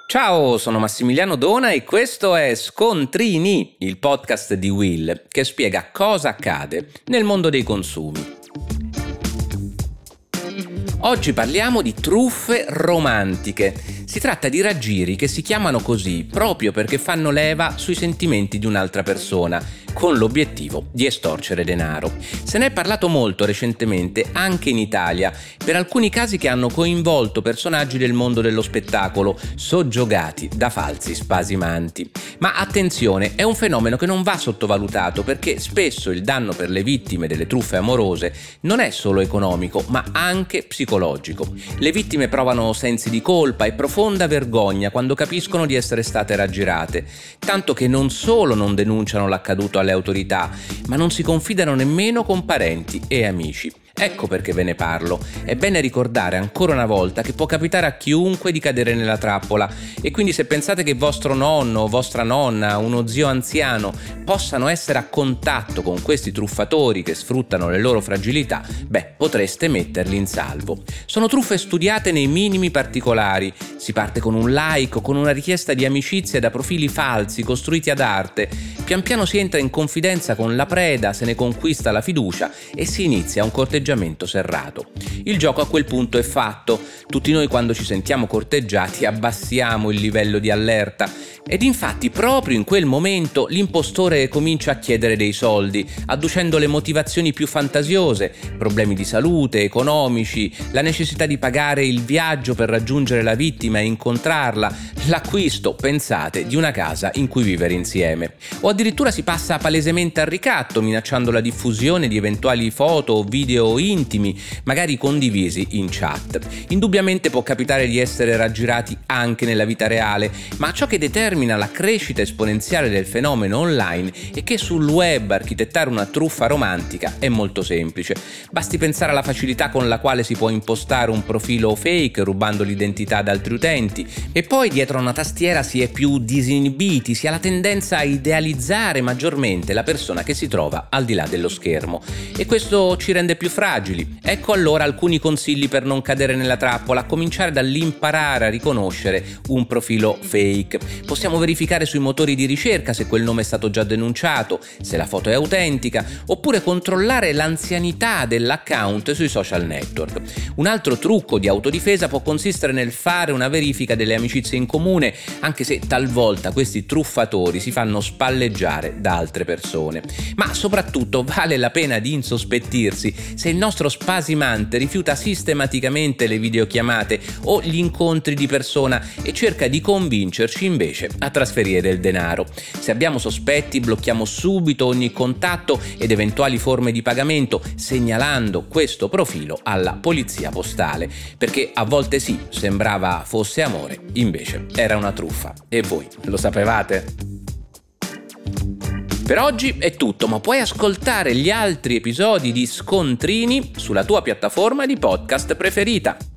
Ciao, sono Massimiliano Dona e questo è Scontrini, il podcast di Will che spiega cosa accade nel mondo dei consumi. Oggi parliamo di truffe romantiche. Si tratta di raggiri che si chiamano così proprio perché fanno leva sui sentimenti di un'altra persona, con l'obiettivo di estorcere denaro. Se ne è parlato molto recentemente anche in Italia, per alcuni casi che hanno coinvolto personaggi del mondo dello spettacolo, soggiogati da falsi spasimanti. Ma attenzione, è un fenomeno che non va sottovalutato perché spesso il danno per le vittime delle truffe amorose non è solo economico, ma anche psicologico. Le vittime provano sensi di colpa e profonda vergogna quando capiscono di essere state raggirate, tanto che non solo non denunciano l'accaduto alle autorità, ma non si confidano nemmeno con parenti e amici. Ecco perché ve ne parlo. È bene ricordare ancora una volta che può capitare a chiunque di cadere nella trappola e quindi se pensate che vostro nonno, vostra nonna, uno zio anziano possano essere a contatto con questi truffatori che sfruttano le loro fragilità, potreste metterli in salvo. Sono truffe studiate nei minimi particolari. Si parte con un like o con una richiesta di amicizia da profili falsi costruiti ad arte. Pian piano si entra in confidenza con la preda, se ne conquista la fiducia e si inizia un corteggiamento serrato. Il gioco a quel punto è fatto. Tutti noi quando ci sentiamo corteggiati abbassiamo il livello di allerta ed infatti proprio in quel momento l'impostore comincia a chiedere dei soldi, adducendo le motivazioni più fantasiose, problemi di salute, economici, la necessità di pagare il viaggio per raggiungere la vittima e incontrarla, l'acquisto, pensate, di una casa in cui vivere insieme. O addirittura si passa palesemente al ricatto, minacciando la diffusione di eventuali foto o video intimi, magari condivisi in chat. Indubbiamente può capitare di essere raggirati anche nella vita reale, ma ciò che determina la crescita esponenziale del fenomeno online è che sul web architettare una truffa romantica è molto semplice. Basti pensare alla facilità con la quale si può impostare un profilo fake rubando l'identità ad altri utenti e poi dietro a una tastiera si è più disinibiti, si ha la tendenza a idealizzare maggiormente la persona che si trova al di là dello schermo e questo ci rende più fragili. Ecco allora alcuni consigli per non cadere nella trappola, a cominciare dall'imparare a riconoscere un profilo fake. Possiamo verificare sui motori di ricerca se quel nome è stato già denunciato, se la foto è autentica, oppure controllare l'anzianità dell'account sui social network. Un altro trucco di autodifesa può consistere nel fare una verifica delle amicizie in comune, anche se talvolta questi truffatori si fanno spalleggiare da altre persone. Ma soprattutto vale la pena di insospettirsi se il nostro spasimante rifiuta sistematicamente le videochiamate o gli incontri di persona e cerca di convincerci invece a trasferire del denaro. Se abbiamo sospetti, blocchiamo subito ogni contatto ed eventuali forme di pagamento, segnalando questo profilo alla polizia postale, perché a volte sì, sembrava fosse amore, invece era una truffa. E voi lo sapevate? Per oggi è tutto, ma puoi ascoltare gli altri episodi di Scontrini sulla tua piattaforma di podcast preferita.